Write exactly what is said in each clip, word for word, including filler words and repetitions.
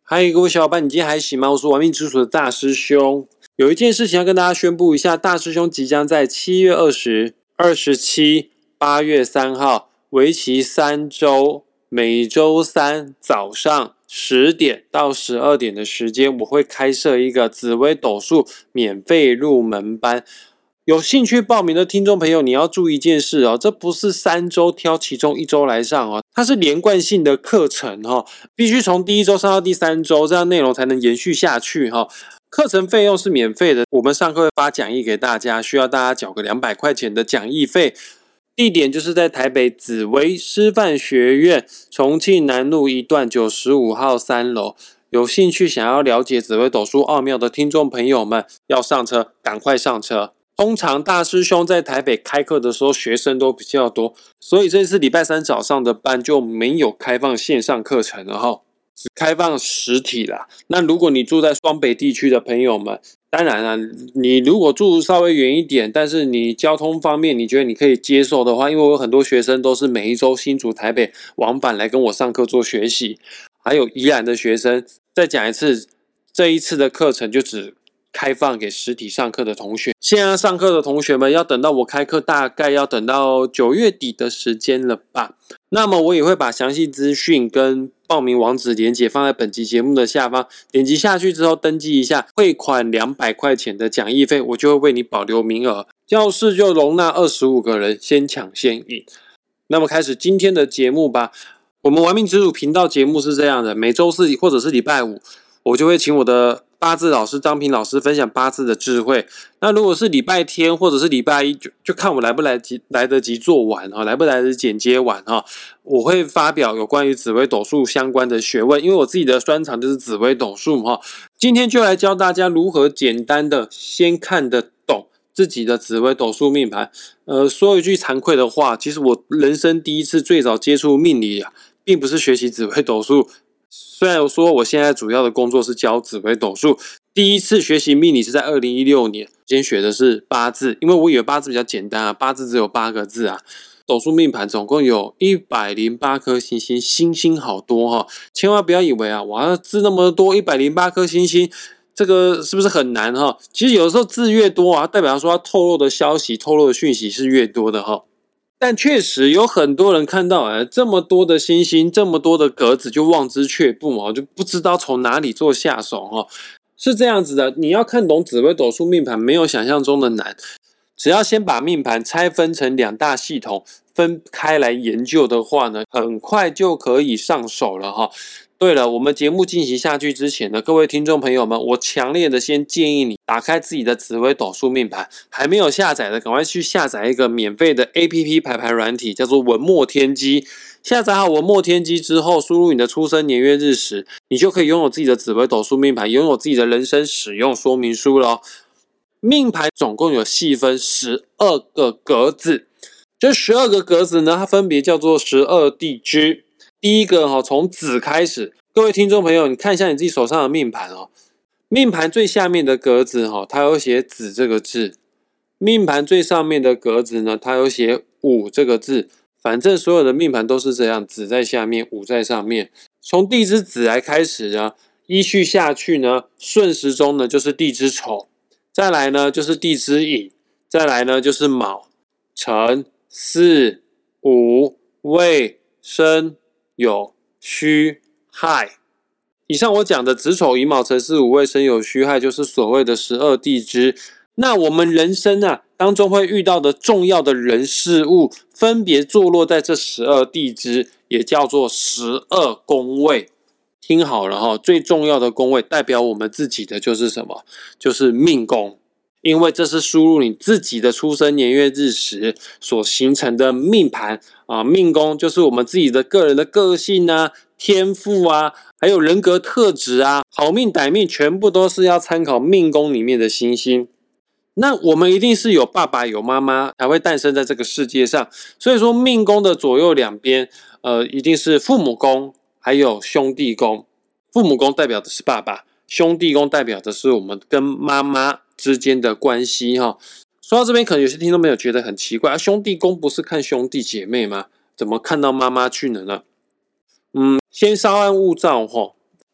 嗨，各位小伙伴，你今天还行吗？我是玩命之主的大师兄。有一件事情要跟大家宣布一下，大师兄即将在七月二十、二十七、八月三号，为期三周，每周三早上十点到十二点的时间，我会开设一个紫微斗数免费入门班。有兴趣报名的听众朋友，你要注意一件事哦，这不是三周挑其中一周来上哦，它是连贯性的课程哦，必须从第一周上到第三周，这样内容才能延续下去哈、哦。课程费用是免费的，我们上课会发讲义给大家，需要大家缴个两百块钱的讲义费。地点就是在台北紫微师范学院重庆南路一段九十五号三楼。有兴趣想要了解紫微斗数奥妙的听众朋友们，要上车赶快上车。通常大师兄在台北开课的时候，学生都比较多，所以这次礼拜三早上的班就没有开放线上课程了哈，只开放实体啦。那如果你住在双北地区的朋友们，当然啦，你如果住稍微远一点，但是你交通方面你觉得你可以接受的话，因为我有很多学生都是每一周新竹台北往返来跟我上课做学习，还有宜兰的学生，再讲一次，这一次的课程就只开放给实体上课的同学，线上上课的同学们要等到我开课，大概要等到九月底的时间了吧。那么我也会把详细资讯跟报名网址连结放在本集节目的下方，点击下去之后登记一下，汇款两百块钱的讲义费，我就会为你保留名额，教室就容纳二十五个人，先抢先赢。那么开始今天的节目吧。我们玩命之主频道节目是这样的，每周四或者是礼拜五，我就会请我的八字老师张平老师分享八字的智慧。那如果是礼拜天或者是礼拜一，就就看我来不来及来得及做完哈，来不来得及剪接完哈。我会发表有关于紫微斗数相关的学问，因为我自己的专长就是紫微斗数哈。今天就来教大家如何简单的先看得懂自己的紫微斗数命盘。呃，说一句惭愧的话，其实我人生第一次最早接触命理啊，并不是学习紫微斗数。虽然说我现在主要的工作是教紫微斗数，第一次学习命理是在二零一六年，今天学的是八字，因为我以为八字比较简单啊，八字只有八个字啊。斗数命盘总共有一百零八颗星星，星星好多哈、哦，千万不要以为啊，哇，字那么多，一百零八颗星星，这个是不是很难哈、哦？其实有的时候字越多啊，代表说它透露的消息、透露的讯息是越多的哈、哦。但确实有很多人看到哎，这么多的星星，这么多的格子就望之却步哦，就不知道从哪里做下手哦。是这样子的，你要看懂紫微斗数命盘没有想象中的难，只要先把命盘拆分成两大系统分开来研究的话呢，很快就可以上手了哈。对了，我们节目进行下去之前呢，各位听众朋友们，我强烈的先建议你打开自己的紫微斗数命盘，还没有下载的赶快去下载一个免费的 A P P 排盘软体，叫做文墨天机。下载好文墨天机之后，输入你的出生年月日时，你就可以拥有自己的紫微斗数命盘，拥有自己的人生使用说明书了。命盘总共有细分十二个格子，这十二个格子呢，它分别叫做十二地支。第一个哈，从子开始，各位听众朋友，你看一下你自己手上的命盘哦。命盘最下面的格子哈，它有写子这个字；命盘最上面的格子呢，它有写午这个字。反正所有的命盘都是这样，子在下面，午在上面。从地支子来开始呢，依序下去呢，顺时钟呢就是地支丑，再来呢就是地支寅，再来呢就是卯、辰、巳、午、未、申、酉、戌、亥。以上我讲的子丑寅卯辰巳午未申酉戌亥，就是所谓的十二地支。那我们人生啊当中会遇到的重要的人事物，分别坐落在这十二地支，也叫做十二宫位。听好了哈，最重要的宫位代表我们自己的就是什么？就是命宫。因为这是输入你自己的出生年月日时所形成的命盘啊，命宫就是我们自己的个人的个性啊、天赋啊，还有人格特质啊，好命歹命全部都是要参考命宫里面的星星。那我们一定是有爸爸有妈妈才会诞生在这个世界上，所以说命宫的左右两边，呃，一定是父母宫还有兄弟宫。父母宫代表的是爸爸，兄弟宫代表的是我们跟妈妈之间的关系哈。说到这边，可能有些听众朋友觉得很奇怪，啊、兄弟宫不是看兄弟姐妹吗？怎么看到妈妈去了呢？嗯，先稍安勿躁哈。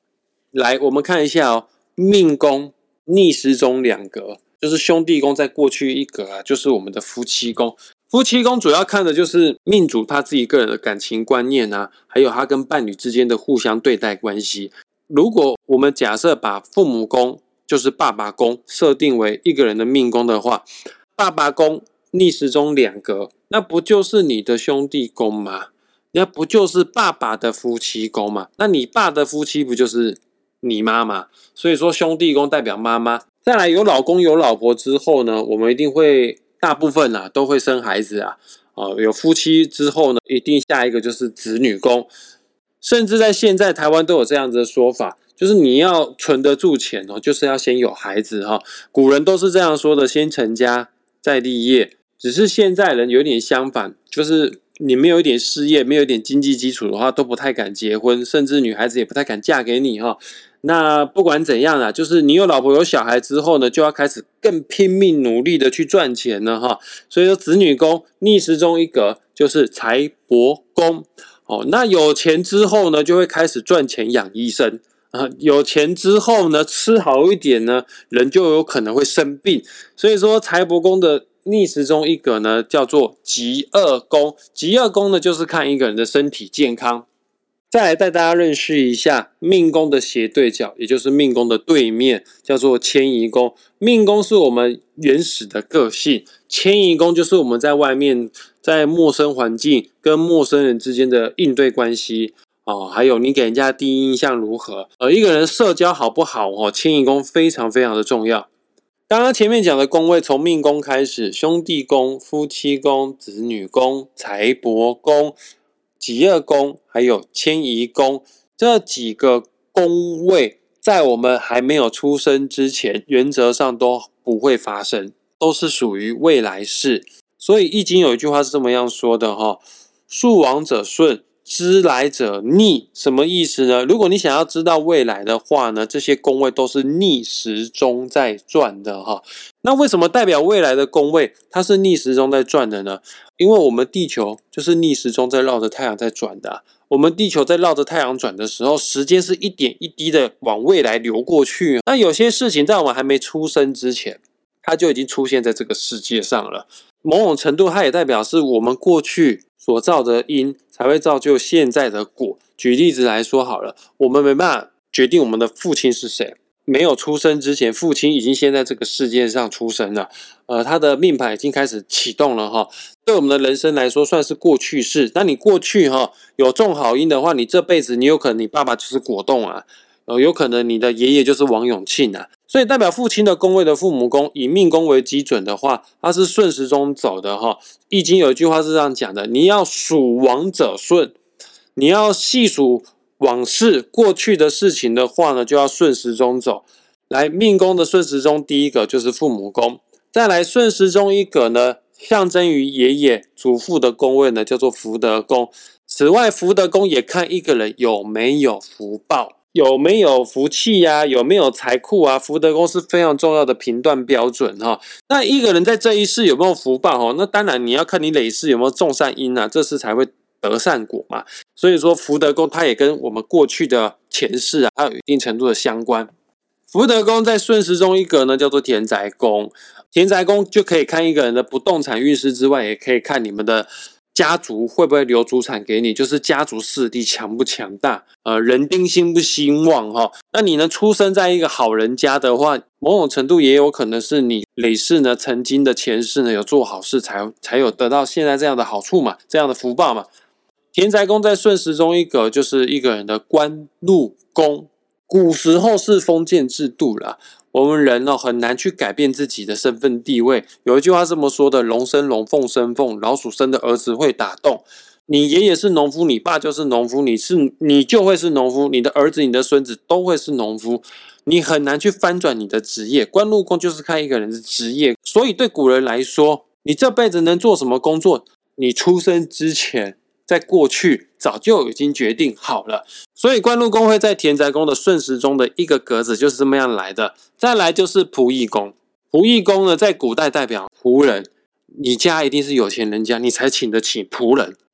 来，我们看一下哦，命宫逆时钟两格，就是兄弟宫在过去一格啊，就是我们的夫妻宫。夫妻宫主要看的就是命主他自己个人的感情观念啊，还有他跟伴侣之间的互相对待关系。如果我们假设把父母宫，就是爸爸宫设定为一个人的命宫的话，爸爸宫逆时钟两格，那不就是你的兄弟宫吗？那不就是爸爸的夫妻宫吗？那你爸的夫妻不就是你妈妈？所以说兄弟宫代表妈妈。再来有老公有老婆之后呢，我们一定会大部分啊都会生孩子啊。呃、有夫妻之后呢，一定下一个就是子女宫。甚至在现在台湾都有这样子的说法，就是你要存得住钱哦，就是要先有孩子哈、哦。古人都是这样说的，先成家再立业。只是现在人有点相反，就是你没有一点事业，没有一点经济基础的话，都不太敢结婚，甚至女孩子也不太敢嫁给你哈、哦。那不管怎样啦，就是你有老婆有小孩之后呢，就要开始更拼命努力的去赚钱了哈。所以说子女宫逆时钟一格就是财帛宫。哦，那有钱之后呢，就会开始赚钱养医生啊。有钱之后呢，吃好一点呢，人就有可能会生病。所以说财帛宫的逆时钟一格呢，叫做疾厄宫。疾厄宫呢，就是看一个人的身体健康。再来带大家认识一下命宫的斜对角，也就是命宫的对面，叫做迁移宫。命宫是我们原始的个性，迁移宫就是我们在外面在陌生环境跟陌生人之间的应对关系哦，还有你给人家第一印象如何，而一个人社交好不好哦，迁移宫非常非常的重要。刚刚前面讲的宫位，从命宫开始，兄弟宫、夫妻宫、子女宫、财帛宫、疾厄宫还有迁移宫，这几个宫位在我们还没有出生之前，原则上都不会发生，都是属于未来式。所以易经有一句话是这么样说的哈：述往者顺，知来者逆。什么意思呢？如果你想要知道未来的话呢，这些宫位都是逆时钟在转的哈。那为什么代表未来的宫位它是逆时钟在转的呢？因为我们地球就是逆时钟在绕着太阳在转的、啊、我们地球在绕着太阳转的时候，时间是一点一滴的往未来流过去。那有些事情在我们还没出生之前，它就已经出现在这个世界上了。某种程度它也代表是我们过去所造的因才会造就现在的果。举例子来说好了，我们没办法决定我们的父亲是谁，没有出生之前，父亲已经先在这个世界上出生了，呃，他的命盘已经开始启动了哈。对我们的人生来说，算是过去式。那你过去哈有种好因的话，你这辈子你有可能你爸爸就是果冻啊，呃，有可能你的爷爷就是王永庆啊。所以代表父亲的宫位的父母宫，以命宫为基准的话，它是顺时钟走的哈。易经有一句话是这样讲的：你要数往者顺，你要细数往事过去的事情的话呢，就要顺时钟走。来，命宫的顺时钟第一个就是父母宫，再来顺时钟一格呢，象征于爷爷祖父的宫位呢，叫做福德宫。此外，福德宫也看一个人有没有福报。有没有福气呀、啊？有没有财库啊？福德宫是非常重要的评断标准哈。那一个人在这一世有没有福报哈？那当然你要看你累世有没有种善因啊，这世才会得善果嘛。所以说福德宫它也跟我们过去的前世啊，它有一定程度的相关。福德宫在顺时钟一格呢，叫做田宅宫。田宅宫就可以看一个人的不动产运势之外，也可以看你们的家族会不会留祖产给你，就是家族势力强不强大，呃，人丁兴不兴旺哈。那你呢出生在一个好人家的话，某种程度也有可能是你累世呢曾经的前世呢有做好事才才有得到现在这样的好处嘛，这样的福报嘛。田宅宫在顺时钟一格就是一个人的官禄宫。古时候是封建制度啦，我们人哦很难去改变自己的身份地位。有一句话这么说的：龙生龙，凤生凤，老鼠生的儿子会打洞。你爷爷是农夫，你爸就是农夫，你是你就会是农夫，你的儿子、你的孙子都会是农夫。你很难去翻转你的职业。官禄宫就是看一个人的职业，所以对古人来说，你这辈子能做什么工作，你出生之前，在过去早就已经决定好了。所以官禄宫会在田宅宫的顺时钟的一个格子就是这么样来的。再来就是仆役宫，仆役宫呢在古代代表仆人，你家一定是有钱人家，你才请得起仆人。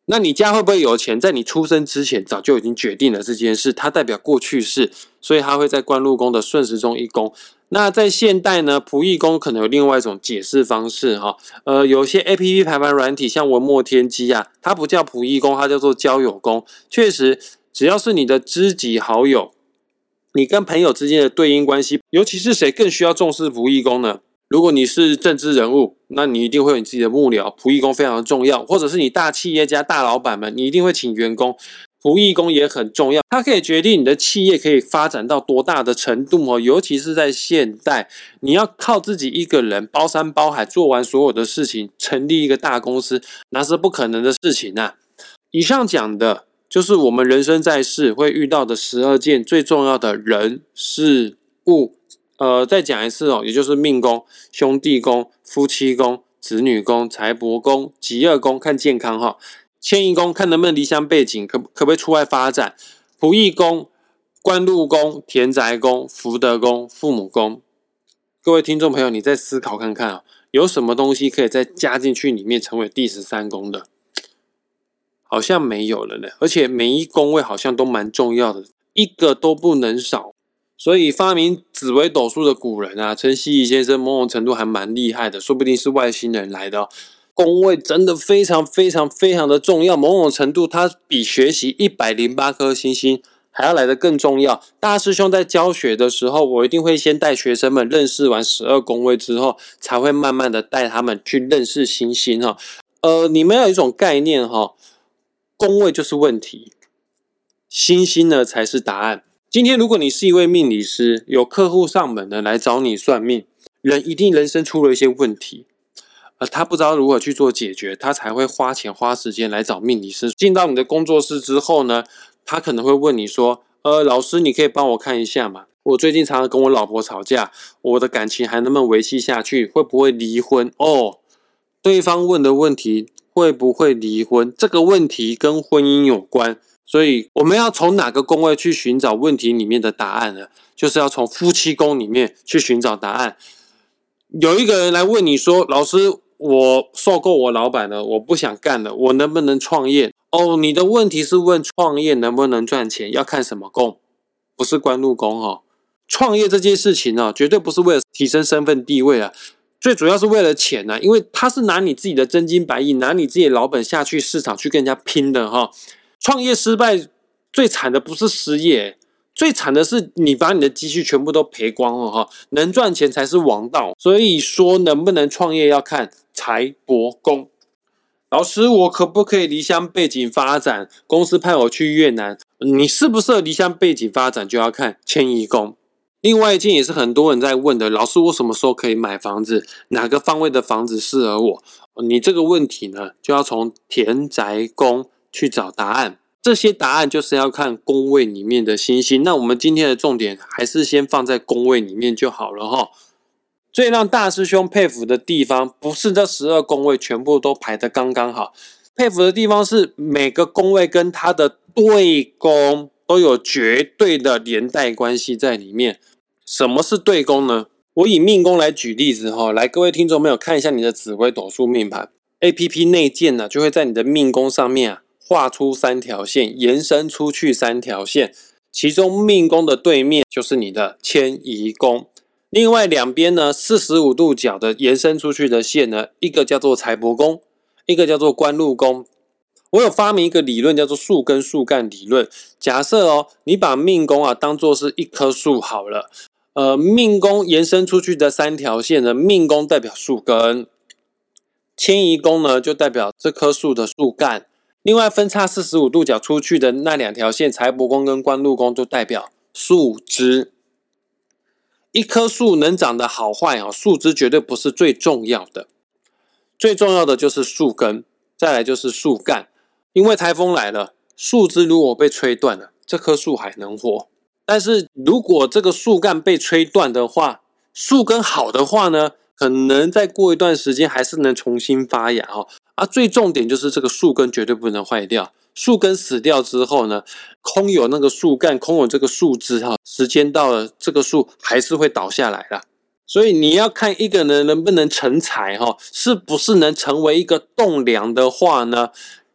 那你家会不会有钱，在你出生之前早就已经决定了这件事，它代表过去式，所以它会在官禄宫的顺时钟一宫。那在现代呢，仆役宫可能有另外一种解释方式哈，呃，有些 A P P 排盘软体，像文墨天机啊，它不叫仆役宫，它叫做交友宫。确实，只要是你的知己好友，你跟朋友之间的对应关系，尤其是谁更需要重视仆役宫呢？如果你是政治人物，那你一定会有你自己的幕僚，仆役宫非常的重要；或者是你大企业家、大老板们，你一定会请员工，仆役宫也很重要。它可以决定你的企业可以发展到多大的程度哦，尤其是在现代，你要靠自己一个人包山包海做完所有的事情，成立一个大公司，那是不可能的事情啊。以上讲的就是我们人生在世会遇到的十二件最重要的人事物。呃，再讲一次哦，也就是命宫、兄弟宫、夫妻宫、子女宫、财帛宫、疾厄宫，看健康哈；迁移宫看能不能离乡背井，可可不可以出外发展；仆役宫、官禄宫、田宅宫、福德宫、父母宫。各位听众朋友，你再思考看看哦，有什么东西可以再加进去里面，成为第十三宫的？好像没有了呢，而且每一宫位好像都蛮重要的，一个都不能少。所以发明紫微斗数的古人啊，陈希夷先生某种程度还蛮厉害的，说不定是外星人来的哦。宫位真的非常非常非常的重要，某种程度它比学习一百零八颗星星还要来得更重要。大师兄在教学的时候，我一定会先带学生们认识完十二宫位之后，才会慢慢的带他们去认识星星哈。呃，你们要有一种概念哈，宫位就是问题，星星呢才是答案。今天如果你是一位命理师，有客户上门呢来找你算命，人一定人生出了一些问题，而他不知道如何去做解决，他才会花钱花时间来找命理师。进到你的工作室之后呢，他可能会问你说，呃，老师你可以帮我看一下吗？我最近常常跟我老婆吵架，我的感情还能不能维系下去？会不会离婚？哦，对方问的问题会不会离婚，这个问题跟婚姻有关。所以我们要从哪个宫位去寻找问题里面的答案呢？就是要从夫妻宫里面去寻找答案。有一个人来问你说，老师，我受够我老板了，我不想干了，我能不能创业？哦，你的问题是问创业能不能赚钱，要看什么宫，不是官禄宫哦。创业这件事情呢、哦，绝对不是为了提升身份地位啊，最主要是为了钱啊，因为他是拿你自己的真金白银，拿你自己的老本下去市场去跟人家拼的哈、哦。创业失败最惨的不是失业，最惨的是你把你的积蓄全部都赔光了哈。能赚钱才是王道，所以说能不能创业要看财帛宫。老师，我可不可以离乡背井发展？公司派我去越南，你适不适合离乡背井发展就要看迁移宫。另外一件也是很多人在问的，老师，我什么时候可以买房子？哪个方位的房子适合我？你这个问题呢，就要从田宅宫去找答案，这些答案就是要看宫位里面的星星。那我们今天的重点还是先放在宫位里面就好了哈。最让大师兄佩服的地方，不是这十二宫位全部都排得刚刚好，佩服的地方是每个宫位跟它的对宫都有绝对的连带关系在里面。什么是对宫呢？我以命宫来举例子哈，来各位听众朋友看一下你的紫微斗数命盘 A P P 内建呢，就会在你的命宫上面啊画出三条线，延伸出去三条线，其中命宫的对面就是你的迁移宫，另外两边呢四十五度角的延伸出去的线呢，一个叫做财帛宫，一个叫做官禄宫。我有发明一个理论叫做树根树干理论，假设哦，你把命宫啊当作是一棵树好了，呃，命宫延伸出去的三条线呢，命宫代表树根，迁移宫呢就代表这棵树的树干，另外分叉四十五度角出去的那两条线，财帛宫跟官禄宫就代表树枝。一棵树能长得好坏哦，树枝绝对不是最重要的，最重要的就是树根，再来就是树干。因为台风来了，树枝如果被吹断了，这棵树还能活。但是如果这个树干被吹断的话，树根好的话呢，可能再过一段时间还是能重新发芽哦。啊，最重点就是这个树根绝对不能坏掉。树根死掉之后呢，空有那个树干，空有这个树枝哈，时间到了，这个树还是会倒下来啦。所以你要看一个人能不能成才哈，是不是能成为一个栋梁的话呢？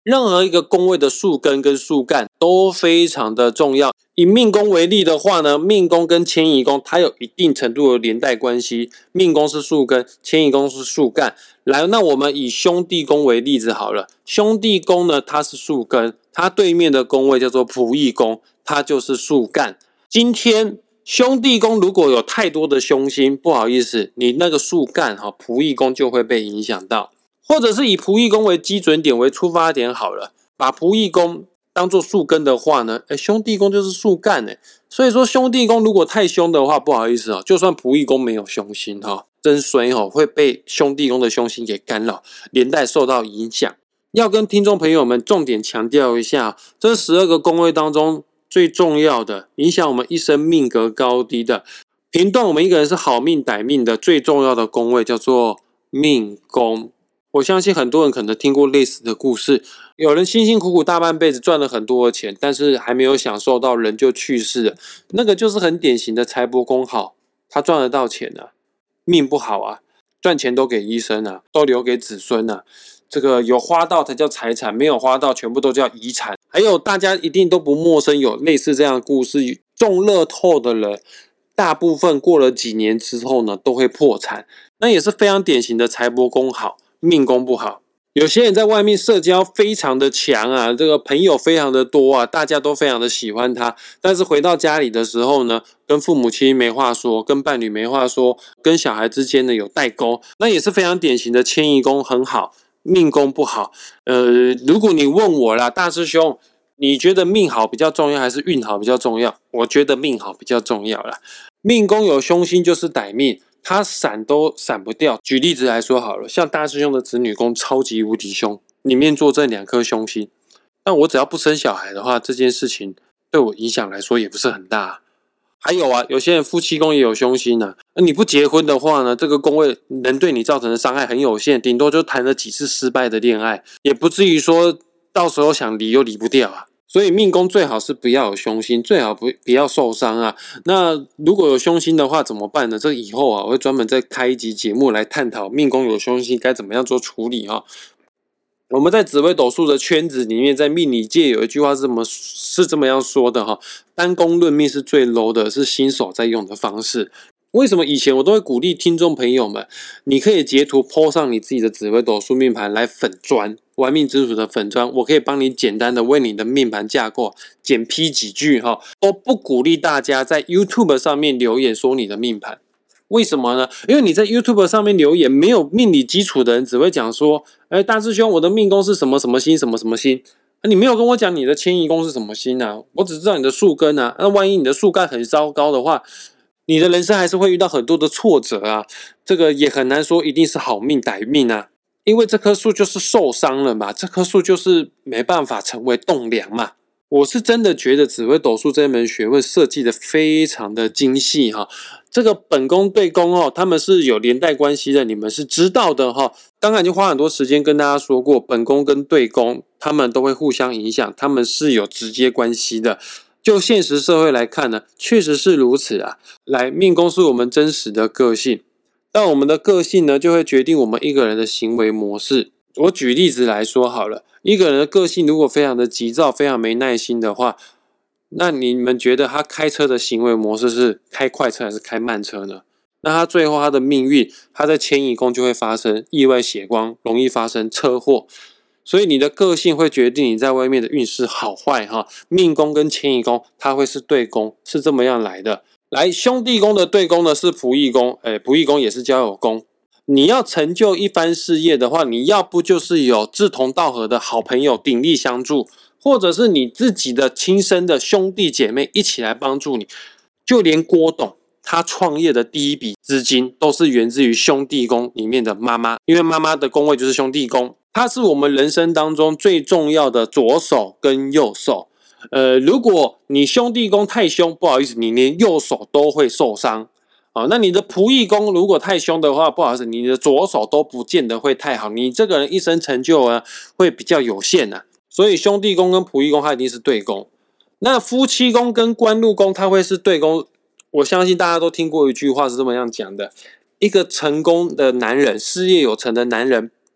任何一个宫位的树根跟树干都非常的重要。以命宫为例的话呢，命宫跟迁移宫它有一定程度的连带关系，命宫是树根，迁移宫是树干。来，那我们以兄弟宫为例子好了，兄弟宫呢它是树根，它对面的宫位叫做仆役宫，它就是树干。今天兄弟宫如果有太多的凶星，不好意思，你那个树干哈仆役宫就会被影响到。或者是以仆役宫为基准点为出发点好了，把仆役宫当做树根的话呢，诶兄弟宫就是树干诶，所以说兄弟宫如果太凶的话，不好意思哦，就算仆役宫没有凶星哈，真衰哦，会被兄弟宫的凶星给干扰，连带受到影响。要跟听众朋友们重点强调一下，这十二个宫位当中最重要的，影响我们一生命格高低的，评断我们一个人是好命歹命的最重要的宫位叫做命宫。我相信很多人可能听过类似的故事，有人辛辛苦苦大半辈子赚了很多的钱，但是还没有享受到人就去世了，那个就是很典型的财帛宫好，他赚得到钱啊，命不好啊，赚钱都给医生啊，都留给子孙啊，这个有花到才叫财产，没有花到全部都叫遗产。还有大家一定都不陌生，有类似这样的故事，中乐透的人大部分过了几年之后呢都会破产，那也是非常典型的财帛宫好，命宫不好。有些人在外面社交非常的强啊，这个朋友非常的多啊，大家都非常的喜欢他，但是回到家里的时候呢，跟父母亲没话说，跟伴侣没话说，跟小孩之间呢有代沟，那也是非常典型的迁移宫很好，命宫不好。呃，如果你问我啦，大师兄，你觉得命好比较重要还是运好比较重要？我觉得命好比较重要啦。命宫有凶星就是歹命，他闪都闪不掉。举例子来说好了，像大师兄的子女宫超级无敌凶，里面坐这两颗凶星，但我只要不生小孩的话，这件事情对我影响来说也不是很大。还有啊，有些人夫妻宫也有凶星啊，那你不结婚的话呢，这个宫位能对你造成的伤害很有限，顶多就谈了几次失败的恋爱，也不至于说到时候想离又离不掉啊。所以命宫最好是不要有凶星，最好不不要受伤啊。那如果有凶星的话怎么办呢？这以后啊，我会专门再开一集节目来探讨命宫有凶星该怎么样做处理哈。我们在紫微斗数的圈子里面，在命理界有一句话是这么是这么样说的哈：单宫论命是最 low 的，是新手在用的方式。为什么以前我都会鼓励听众朋友们，你可以截图 po 上你自己的紫微斗数命盘来粉专，玩命之主的粉专，我可以帮你简单的为你的命盘架构简批几句哈，都不鼓励大家在 YouTube 上面留言说你的命盘。为什么呢？因为你在 YouTube 上面留言，没有命理基础的人只会讲说，哎，大师兄，我的命宫是什么什么星，什么什么星，你没有跟我讲你的迁移宫是什么星啊？我只知道你的树根啊，那万一你的树干很糟糕的话，你的人生还是会遇到很多的挫折啊，这个也很难说一定是好命歹命啊，因为这棵树就是受伤了嘛，这棵树就是没办法成为栋梁嘛。我是真的觉得紫微斗数这门学问设计的非常的精细哈，这个本宫对宫哦，他们是有连带关系的，你们是知道的哈。刚才已经花很多时间跟大家说过，本宫跟对宫他们都会互相影响，他们是有直接关系的。就现实社会来看呢，确实是如此啊。来，命宫是我们真实的个性，但我们的个性呢，就会决定我们一个人的行为模式。我举例子来说好了，一个人的个性如果非常的急躁，非常没耐心的话，那你们觉得他开车的行为模式是开快车还是开慢车呢？那他最后他的命运，他在迁移宫就会发生意外血光，容易发生车祸。所以你的个性会决定你在外面的运势好坏哈。命宫跟迁移宫它会是对宫，是这么样来的。来，兄弟宫的对宫呢是仆役宫，哎，仆役宫也是交友宫。你要成就一番事业的话，你要不就是有志同道合的好朋友鼎力相助，或者是你自己的亲生的兄弟姐妹一起来帮助你。就连郭董他创业的第一笔资金都是源自于兄弟宫里面的妈妈，因为妈妈的宫位就是兄弟宫，它是我们人生当中最重要的左手跟右手。呃，如果你兄弟宫太凶，不好意思，你连右手都会受伤。哦，那你的仆役宫如果太凶的话，不好意思，你的左手都不见得会太好，你这个人一生成就啊会比较有限啊。所以兄弟宫跟仆役宫它一定是对宫。那夫妻宫跟官禄宫它会是对宫。我相信大家都听过一句话是这么样讲的：一个成功的男人，事业有成的男人，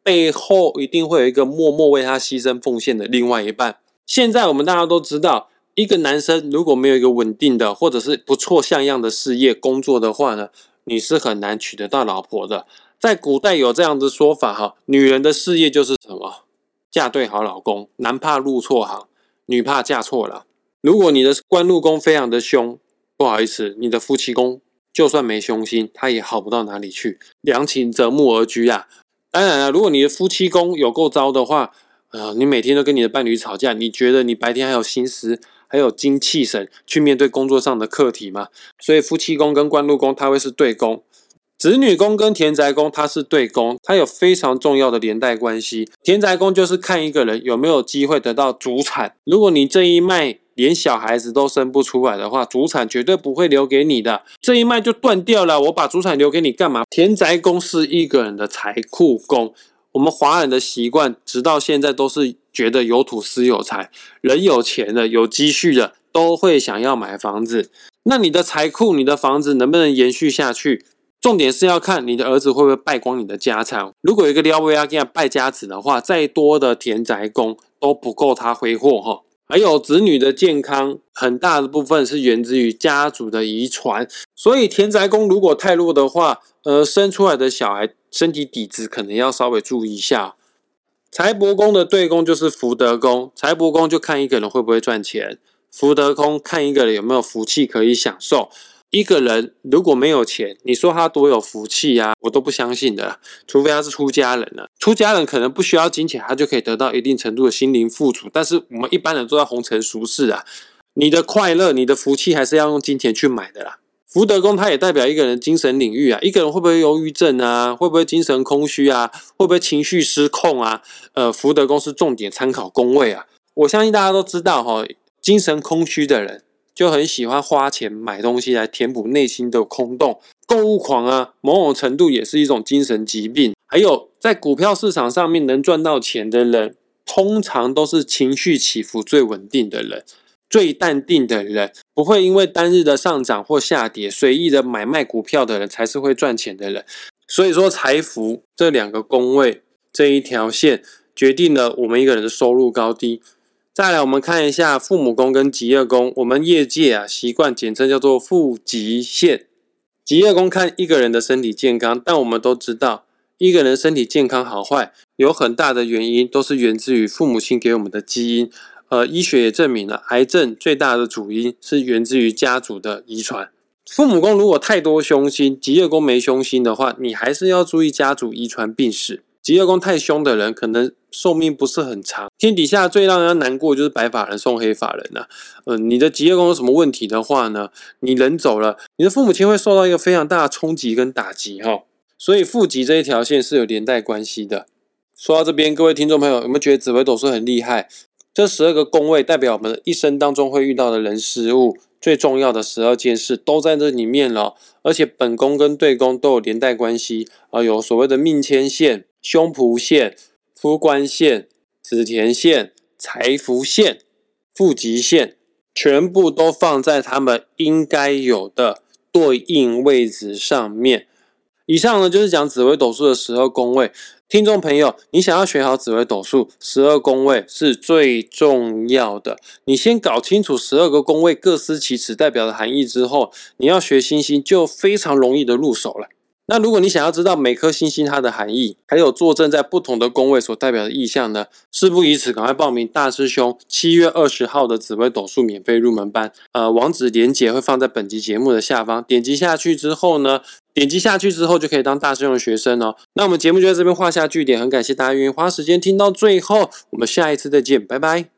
背后一定会有一个默默为他牺牲奉献的另外一半。现在我们大家都知道，一个男生如果没有一个稳定的或者是不错像样的事业工作的话呢，你是很难娶得到老婆的。在古代有这样的说法哈，女人的事业就是什么？嫁对好老公，男怕入错行，女怕嫁错郎。如果你的官禄宫非常的凶，不好意思，你的夫妻宫就算没凶星，他也好不到哪里去，良禽择木而居啊。当然了，如果你的夫妻宫有够糟的话，呃，你每天都跟你的伴侣吵架，你觉得你白天还有心思还有精气神去面对工作上的课题吗？所以夫妻宫跟官禄宫它会是对宫，子女宫跟田宅宫它是对宫，它有非常重要的连带关系。田宅宫就是看一个人有没有机会得到祖产，如果你这一脉连小孩子都生不出来的话，祖产绝对不会留给你的，这一脉就断掉了，我把祖产留给你干嘛？田宅宫是一个人的财库宫，我们华人的习惯直到现在都是觉得有土斯有财，人有钱了有积蓄了都会想要买房子，那你的财库你的房子能不能延续下去？重点是要看你的儿子会不会败光你的家产。如果有一个撩妹要给他败家子的话，再多的田宅宫都不够他挥霍哈。还有子女的健康，很大的部分是源自于家族的遗传，所以田宅宫如果太弱的话，呃，生出来的小孩身体底子可能要稍微注意一下。财帛宫的对宫就是福德宫，财帛宫就看一个人会不会赚钱，福德宫看一个人有没有福气可以享受。一个人如果没有钱，你说他多有福气啊，我都不相信的，除非他是出家人了。出家人可能不需要金钱，他就可以得到一定程度的心灵富足，但是我们一般人都在红尘俗世啊，你的快乐你的福气还是要用金钱去买的啦。福德宫它也代表一个人精神领域啊，一个人会不会忧郁症啊，会不会精神空虚啊，会不会情绪失控啊，呃，福德宫是重点参考宫位啊。我相信大家都知道齁，精神空虚的人就很喜欢花钱买东西来填补内心的空洞，购物狂啊，某种程度也是一种精神疾病。还有在股票市场上面能赚到钱的人，通常都是情绪起伏最稳定的人，最淡定的人，不会因为单日的上涨或下跌随意的买卖股票的人才是会赚钱的人。所以说财福这两个宫位这一条线决定了我们一个人的收入高低。再来我们看一下父母宫跟疾厄宫，我们业界啊习惯简称叫做父疾线。疾厄宫看一个人的身体健康，但我们都知道一个人身体健康好坏有很大的原因都是源自于父母亲给我们的基因。呃，医学也证明了癌症最大的主因是源自于家族的遗传。父母宫如果太多凶星，疾厄宫没凶星的话，你还是要注意家族遗传病史。疾厄宫太凶的人可能寿命不是很长。天底下最让人难过就是白发人送黑发人啊。呃，你的疾厄宫有什么问题的话呢，你人走了，你的父母亲会受到一个非常大的冲击跟打击齁。所以父疾这一条线是有连带关系的。说到这边，各位听众朋友有没有觉得紫微斗数很厉害？这十二个宫位代表我们一生当中会遇到的人事物，最重要的十二件事都在这里面了，而且本宫跟对宫都有连带关系啊，有所谓的命迁线、凶仆线、夫官线、子田线、财福线、父疾线，全部都放在他们应该有的对应位置上面。以上呢就是讲紫微斗数的十二宫位。听众朋友，你想要学好紫微斗数，十二宫位是最重要的。你先搞清楚十二个宫位各司其职代表的含义之后，你要学星星就非常容易的入手了。那如果你想要知道每颗星星它的含义，还有坐镇在不同的宫位所代表的意象呢，事不宜迟，赶快报名大师兄七月二十号的紫微斗数免费入门班。呃，网址连结会放在本集节目的下方，点击下去之后呢，点击下去之后就可以当大师兄的学生哦。那我们节目就在这边画下句点，很感谢大家愿意花时间听到最后，我们下一次再见，拜拜。